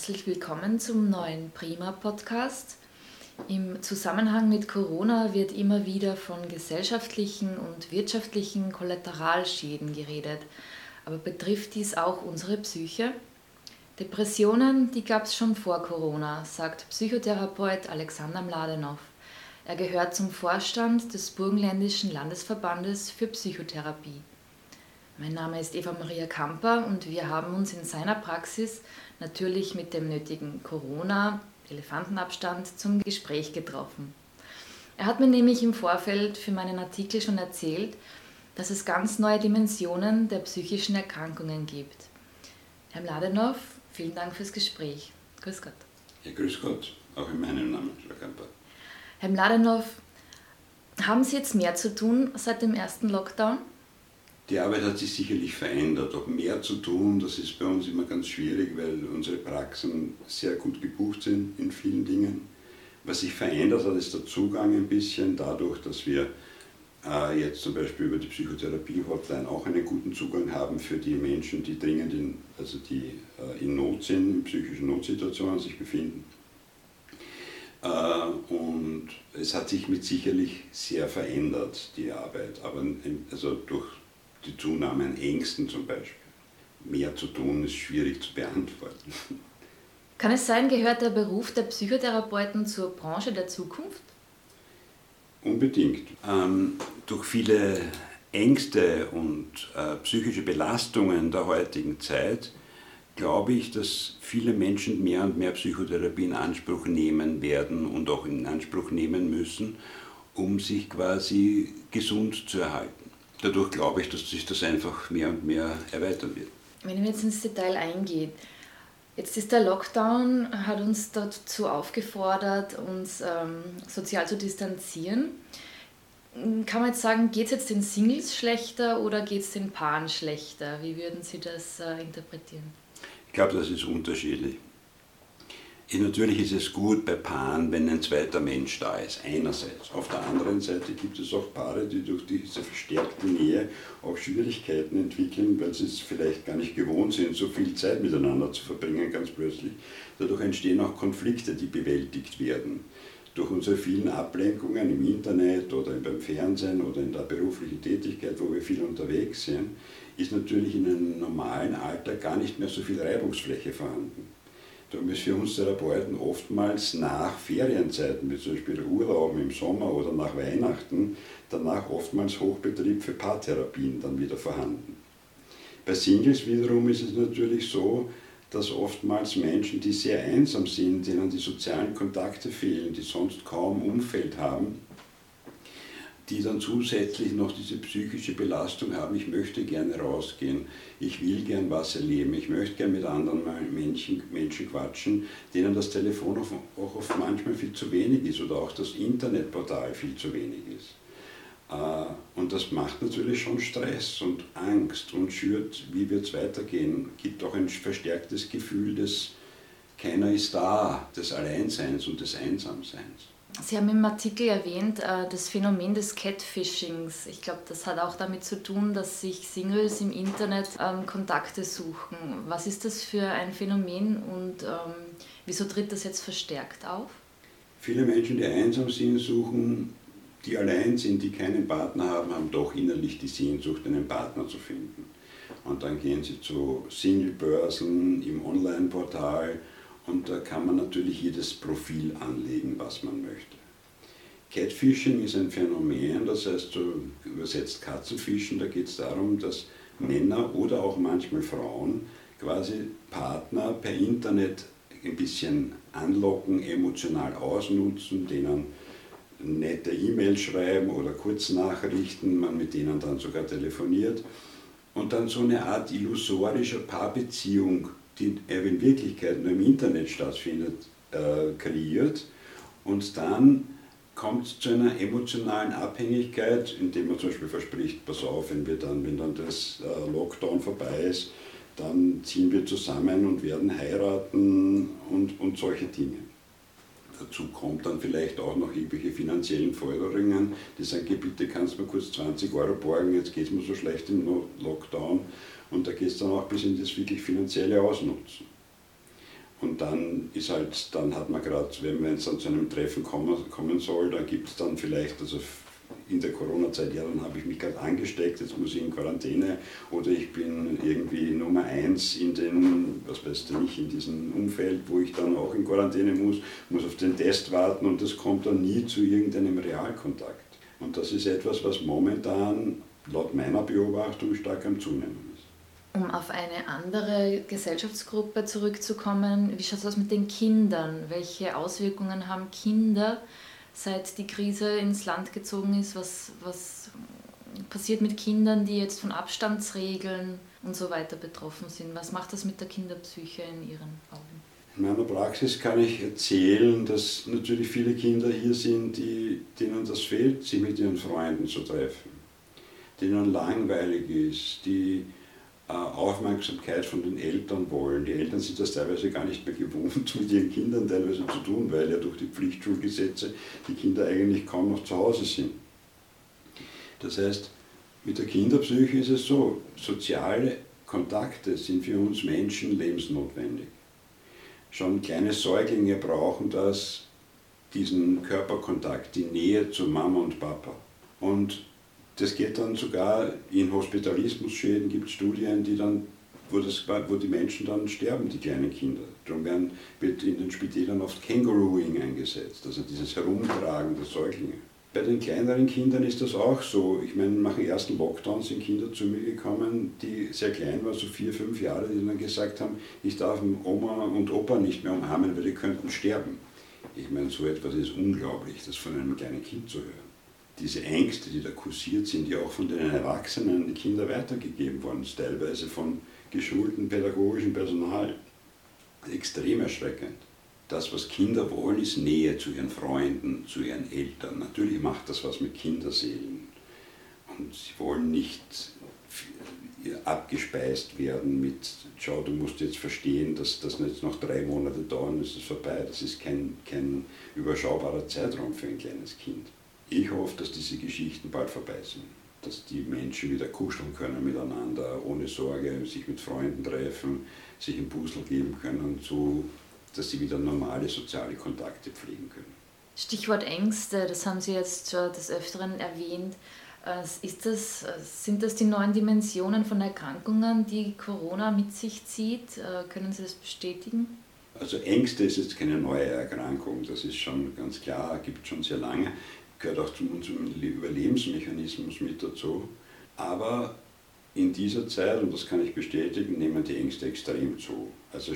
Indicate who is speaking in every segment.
Speaker 1: Herzlich willkommen zum neuen Prima-Podcast. Im Zusammenhang mit Corona wird immer wieder von gesellschaftlichen und wirtschaftlichen Kollateralschäden geredet. Aber betrifft dies auch unsere Psyche? Depressionen, die gab es schon vor Corona, sagt Psychotherapeut Alexander Mladenov. Er gehört zum Vorstand des Burgenländischen Landesverbandes für Psychotherapie. Mein Name ist Eva Maria Kamper und wir haben uns in seiner Praxis natürlich mit dem nötigen Corona-Elefantenabstand zum Gespräch getroffen. Er hat mir nämlich im Vorfeld für meinen Artikel schon erzählt, dass es ganz neue Dimensionen der psychischen Erkrankungen gibt. Herr Mladenov, vielen Dank fürs Gespräch. Grüß Gott.
Speaker 2: Ja, grüß Gott, auch in meinem Namen, Frau Kamper.
Speaker 1: Herr Mladenov, haben Sie jetzt mehr zu tun seit dem ersten Lockdown?
Speaker 2: Die Arbeit hat sich sicherlich verändert. Ob mehr zu tun, das ist bei uns immer ganz schwierig, weil unsere Praxen sehr gut gebucht sind in vielen Dingen. Was sich verändert hat, ist der Zugang ein bisschen, dadurch, dass wir jetzt zum Beispiel über die Psychotherapie-Hotline auch einen guten Zugang haben für die Menschen, die dringend in Not sind, in psychischen Notsituationen sich befinden. Und es hat sich mit sicherlich sehr verändert, die Arbeit, aber also durch die Zunahme an Ängsten zum Beispiel. Mehr zu tun ist schwierig zu beantworten.
Speaker 1: Kann es sein, gehört der Beruf der Psychotherapeuten zur Branche der Zukunft?
Speaker 2: Unbedingt. Durch viele Ängste und psychische Belastungen der heutigen Zeit glaube ich, dass viele Menschen mehr und mehr Psychotherapie in Anspruch nehmen werden und auch in Anspruch nehmen müssen, um sich quasi gesund zu erhalten. Dadurch glaube ich, dass sich das einfach mehr und mehr erweitern wird.
Speaker 1: Wenn wir jetzt ins Detail eingehen, jetzt ist der Lockdown, hat uns dazu aufgefordert, uns sozial zu distanzieren. Kann man jetzt sagen, geht es jetzt den Singles schlechter oder geht es den Paaren schlechter? Wie würden Sie das interpretieren?
Speaker 2: Ich glaube, das ist unterschiedlich. Natürlich ist es gut bei Paaren, wenn ein zweiter Mensch da ist, einerseits. Auf der anderen Seite gibt es auch Paare, die durch diese verstärkte Nähe auch Schwierigkeiten entwickeln, weil sie es vielleicht gar nicht gewohnt sind, so viel Zeit miteinander zu verbringen, ganz plötzlich. Dadurch entstehen auch Konflikte, die bewältigt werden. Durch unsere vielen Ablenkungen im Internet oder beim Fernsehen oder in der beruflichen Tätigkeit, wo wir viel unterwegs sind, ist natürlich in einem normalen Alter gar nicht mehr so viel Reibungsfläche vorhanden. Darum ist für uns Therapeuten oftmals nach Ferienzeiten, wie zum Beispiel Urlauben im Sommer oder nach Weihnachten, danach oftmals Hochbetrieb für Paartherapien dann wieder vorhanden. Bei Singles wiederum ist es natürlich so, dass oftmals Menschen, die sehr einsam sind, denen die sozialen Kontakte fehlen, die sonst kaum Umfeld haben, die dann zusätzlich noch diese psychische Belastung haben, ich möchte gerne rausgehen, ich will gern was erleben, ich möchte gern mit anderen Menschen quatschen, denen das Telefon auch oft manchmal viel zu wenig ist oder auch das Internetportal viel zu wenig ist. Und das macht natürlich schon Stress und Angst und schürt, wie wird es weitergehen, gibt auch ein verstärktes Gefühl des Keiner ist da, des Alleinseins und des Einsamseins.
Speaker 1: Sie haben im Artikel erwähnt, das Phänomen des Catfishings. Ich glaube, das hat auch damit zu tun, dass sich Singles im Internet Kontakte suchen. Was ist das für ein Phänomen und wieso tritt das jetzt verstärkt auf?
Speaker 2: Viele Menschen, die einsam sind, suchen, die allein sind, die keinen Partner haben, haben doch innerlich die Sehnsucht, einen Partner zu finden. Und dann gehen sie zu Singlebörsen im Online-Portal. Und da kann man natürlich jedes Profil anlegen, was man möchte. Catfishing ist ein Phänomen, das heißt, so übersetzt Katzenfischen, da geht es darum, dass Männer oder auch manchmal Frauen quasi Partner per Internet ein bisschen anlocken, emotional ausnutzen, denen nette E-Mails schreiben oder Kurznachrichten, man mit denen dann sogar telefoniert und dann so eine Art illusorischer Paarbeziehung, die in Wirklichkeit nur im Internet stattfindet, kreiert und dann kommt es zu einer emotionalen Abhängigkeit, indem man zum Beispiel verspricht, pass auf, wenn dann das Lockdown vorbei ist, dann ziehen wir zusammen und werden heiraten und solche Dinge. Dazu kommt dann vielleicht auch noch irgendwelche finanziellen Forderungen, die sagen, bitte kannst du mir kurz 20 Euro borgen, jetzt geht es mir so schlecht im Lockdown. Und da geht es dann auch bis in das wirklich finanzielle Ausnutzen. Und dann dann hat man gerade, wenn es dann zu einem Treffen kommen soll, dann gibt es dann vielleicht, also in der Corona-Zeit, ja, dann habe ich mich gerade angesteckt, jetzt muss ich in Quarantäne oder ich bin irgendwie Nummer 1 in diesem Umfeld, wo ich dann auch in Quarantäne muss auf den Test warten und das kommt dann nie zu irgendeinem Realkontakt. Und das ist etwas, was momentan laut meiner Beobachtung stark am Zunehmen ist.
Speaker 1: Um auf eine andere Gesellschaftsgruppe zurückzukommen, wie schaut es aus mit den Kindern? Welche Auswirkungen haben Kinder, seit die Krise ins Land gezogen ist? Was passiert mit Kindern, die jetzt von Abstandsregeln und so weiter betroffen sind? Was macht das mit der Kinderpsyche in Ihren Augen?
Speaker 2: In meiner Praxis kann ich erzählen, dass natürlich viele Kinder hier sind, denen das fehlt, sich mit ihren Freunden zu treffen, denen langweilig ist, die Aufmerksamkeit von den Eltern wollen. Die Eltern sind das teilweise gar nicht mehr gewohnt, mit ihren Kindern teilweise zu tun, weil ja durch die Pflichtschulgesetze die Kinder eigentlich kaum noch zu Hause sind. Das heißt, mit der Kinderpsyche ist es so, soziale Kontakte sind für uns Menschen lebensnotwendig. Schon kleine Säuglinge brauchen diesen Körperkontakt, die Nähe zu Mama und Papa. Und das geht dann sogar in Hospitalismusschäden, gibt es Studien, wo die Menschen dann sterben, die kleinen Kinder. Darum wird in den Spitälern oft Kängurooing eingesetzt, also dieses Herumtragen der Säuglinge. Bei den kleineren Kindern ist das auch so. Ich meine, nach dem ersten Lockdown sind Kinder zu mir gekommen, die sehr klein waren, so 4, 5 Jahre, die dann gesagt haben, ich darf Oma und Opa nicht mehr umarmen, weil die könnten sterben. Ich meine, so etwas ist unglaublich, das von einem kleinen Kind zu hören. Diese Ängste, die da kursiert sind, die auch von den Erwachsenen an die Kinder weitergegeben worden sind, teilweise von geschultem pädagogischen Personal. Extrem erschreckend. Das, was Kinder wollen, ist Nähe zu ihren Freunden, zu ihren Eltern. Natürlich macht das was mit Kinderseelen. Und sie wollen nicht abgespeist werden mit, schau, du musst jetzt verstehen, dass das jetzt noch 3 Monate dauern, ist es vorbei. Das ist kein überschaubarer Zeitraum für ein kleines Kind. Ich hoffe, dass diese Geschichten bald vorbei sind, dass die Menschen wieder kuscheln können miteinander, ohne Sorge, sich mit Freunden treffen, sich ein Puzzle geben können, dass sie wieder normale soziale Kontakte pflegen können.
Speaker 1: Stichwort Ängste, das haben Sie jetzt schon des Öfteren erwähnt. Sind das die neuen Dimensionen von Erkrankungen, die Corona mit sich zieht? Können Sie das bestätigen?
Speaker 2: Also Ängste ist jetzt keine neue Erkrankung, das ist schon ganz klar, gibt es schon sehr lange. Gehört auch zu unserem Überlebensmechanismus mit dazu. Aber in dieser Zeit, und das kann ich bestätigen, nehmen die Ängste extrem zu. Also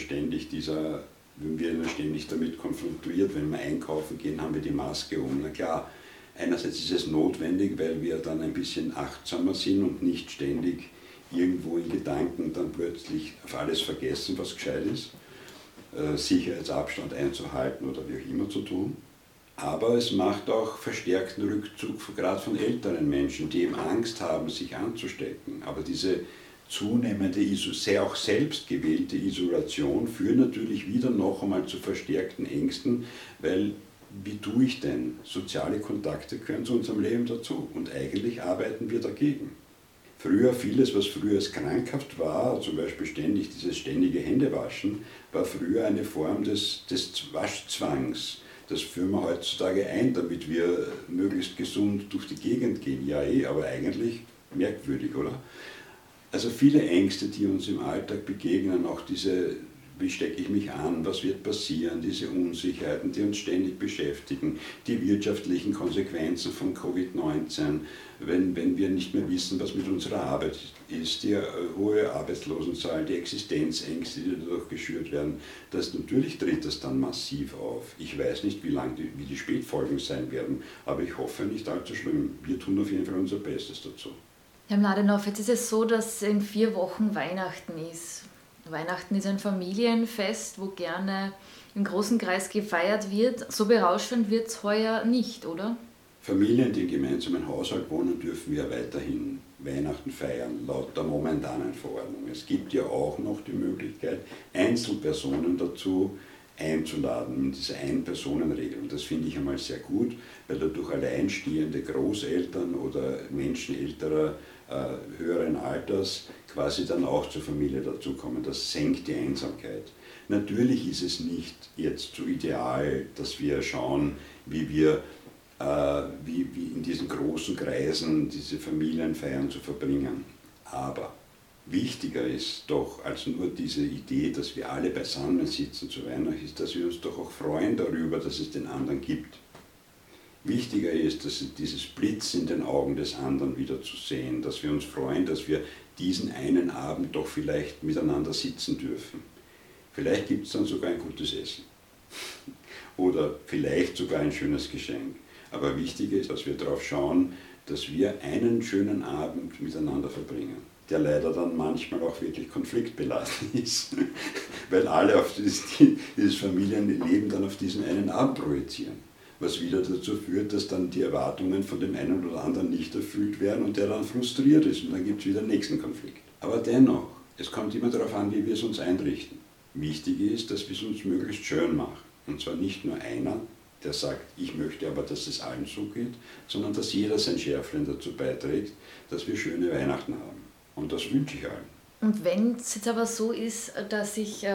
Speaker 2: wenn wir ständig damit konfrontiert, wenn wir einkaufen gehen, haben wir die Maske um. Na klar, einerseits ist es notwendig, weil wir dann ein bisschen achtsamer sind und nicht ständig irgendwo in Gedanken dann plötzlich auf alles vergessen, was gescheit ist, Sicherheitsabstand einzuhalten oder wie auch immer zu tun. Aber es macht auch verstärkten Rückzug, gerade von älteren Menschen, die eben Angst haben, sich anzustecken. Aber diese zunehmende, sehr auch selbstgewählte Isolation führt natürlich wieder noch einmal zu verstärkten Ängsten, weil wie tue ich denn? Soziale Kontakte gehören zu unserem Leben dazu und eigentlich arbeiten wir dagegen. Vieles, was früher als krankhaft war, zum Beispiel dieses ständige Händewaschen, war früher eine Form des Waschzwangs. Das führen wir heutzutage ein, damit wir möglichst gesund durch die Gegend gehen. Ja, aber eigentlich merkwürdig, oder? Also viele Ängste, die uns im Alltag begegnen, auch diese, wie stecke ich mich an, was wird passieren, diese Unsicherheiten, die uns ständig beschäftigen, die wirtschaftlichen Konsequenzen von Covid-19, wenn wir nicht mehr wissen, was mit unserer Arbeit ist, die hohe Arbeitslosenzahl, die Existenzängste, die dadurch geschürt werden, natürlich tritt das dann massiv auf. Ich weiß nicht, wie die Spätfolgen sein werden, aber ich hoffe nicht allzu schlimm. Wir tun auf jeden Fall unser Bestes dazu.
Speaker 1: Herr Mladenov, jetzt ist es so, dass in 4 Wochen Weihnachten ist. Weihnachten ist ein Familienfest, wo gerne im großen Kreis gefeiert wird. So berauschend wird es heuer nicht, oder?
Speaker 2: Familien, die im gemeinsamen Haushalt wohnen, dürfen ja weiterhin Weihnachten feiern, laut der momentanen Verordnung. Es gibt ja auch noch die Möglichkeit, Einzelpersonen dazu, einzuladen in diese Ein-Personen-Regel. Und das finde ich einmal sehr gut, weil dadurch alleinstehende Großeltern oder Menschen älterer, höheren Alters quasi dann auch zur Familie dazukommen. Das senkt die Einsamkeit. Natürlich ist es nicht jetzt so ideal, dass wir schauen, wie wir wie in diesen großen Kreisen diese Familienfeiern zu verbringen. Aber wichtiger ist doch als nur diese Idee, dass wir alle beisammen sitzen zu Weihnachten, ist, dass wir uns doch auch freuen darüber, dass es den anderen gibt. Wichtiger ist, dass dieses Blitz in den Augen des anderen wieder zu sehen, dass wir uns freuen, dass wir diesen einen Abend doch vielleicht miteinander sitzen dürfen. Vielleicht gibt es dann sogar ein gutes Essen oder vielleicht sogar ein schönes Geschenk. Aber wichtig ist, dass wir darauf schauen, dass wir einen schönen Abend miteinander verbringen, der leider dann manchmal auch wirklich konfliktbeladen ist, weil alle auf dieses Familienleben dann auf diesen einen Abend projizieren, was wieder dazu führt, dass dann die Erwartungen von dem einen oder anderen nicht erfüllt werden und der dann frustriert ist und dann gibt es wieder den nächsten Konflikt. Aber dennoch, es kommt immer darauf an, wie wir es uns einrichten. Wichtig ist, dass wir es uns möglichst schön machen. Und zwar nicht nur einer, der sagt, ich möchte aber, dass es allen so geht, sondern dass jeder sein Schärflein dazu beiträgt, dass wir schöne Weihnachten haben. Und das wünsche ich allen.
Speaker 1: Und wenn es jetzt aber so ist, dass ich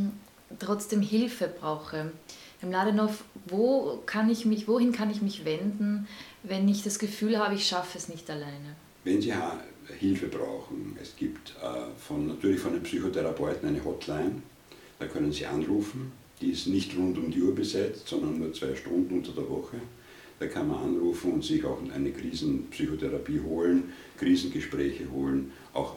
Speaker 1: trotzdem Hilfe brauche, Herr Mladenov, wohin kann ich mich wenden, wenn ich das Gefühl habe, ich schaffe es nicht alleine?
Speaker 2: Wenn Sie Hilfe brauchen, es gibt natürlich von den Psychotherapeuten eine Hotline, da können Sie anrufen. Die ist nicht rund um die Uhr besetzt, sondern nur 2 Stunden unter der Woche. Da kann man anrufen und sich auch eine Krisenpsychotherapie holen, Krisengespräche holen, auch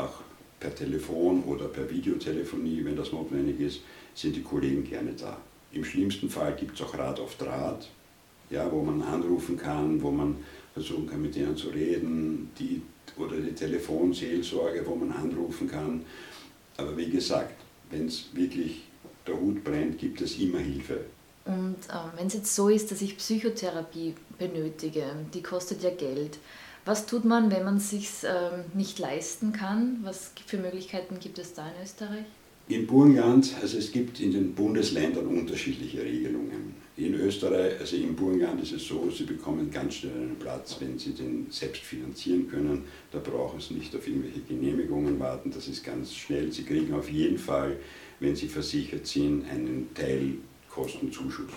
Speaker 2: per Telefon oder per Videotelefonie, wenn das notwendig ist, sind die Kollegen gerne da. Im schlimmsten Fall gibt es auch Rat auf Draht, ja, wo man anrufen kann, wo man versuchen kann, mit denen zu reden, oder die Telefonseelsorge, wo man anrufen kann. Aber wie gesagt, wenn es wirklich der Hut brennt, gibt es immer Hilfe.
Speaker 1: Und wenn es jetzt so ist, dass ich Psychotherapie benötige, die kostet ja Geld. Was tut man, wenn man es sich nicht leisten kann? Was für Möglichkeiten gibt es da in Österreich?
Speaker 2: Im Burgenland, also es gibt in den Bundesländern unterschiedliche Regelungen. In Österreich, also im Burgenland ist es so, Sie bekommen ganz schnell einen Platz, wenn Sie den selbst finanzieren können. Da brauchen Sie nicht auf irgendwelche Genehmigungen warten, das ist ganz schnell. Sie kriegen auf jeden Fall, wenn Sie versichert sind, einen Teilkostenzuschuss.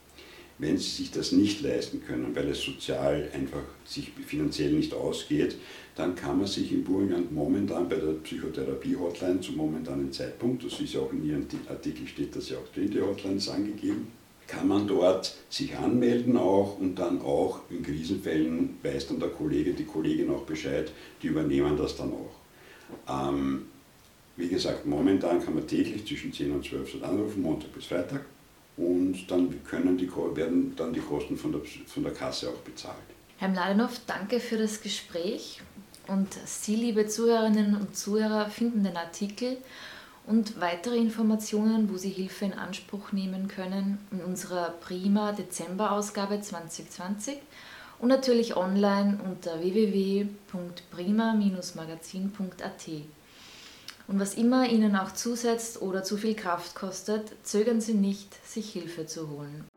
Speaker 2: Wenn Sie sich das nicht leisten können, weil es sozial einfach sich finanziell nicht ausgeht, dann kann man sich im Burgenland momentan bei der Psychotherapie-Hotline zum momentanen Zeitpunkt, das ist ja auch in Ihrem Artikel steht, dass ja auch drin die Hotline ist angegeben, kann man dort sich anmelden auch und dann auch in Krisenfällen weiß dann der Kollege, die Kollegin auch Bescheid, die übernehmen das dann auch. Wie gesagt, momentan kann man täglich zwischen 10 und 12 Uhr anrufen, Montag bis Freitag. Und dann werden dann die Kosten von der Kasse auch bezahlt.
Speaker 1: Herr Mladenov, danke für das Gespräch. Und Sie, liebe Zuhörerinnen und Zuhörer, finden den Artikel und weitere Informationen, wo Sie Hilfe in Anspruch nehmen können, in unserer Prima Dezember-Ausgabe 2020 und natürlich online unter www.prima-magazin.at. Und was immer Ihnen auch zusetzt oder zu viel Kraft kostet, zögern Sie nicht, sich Hilfe zu holen.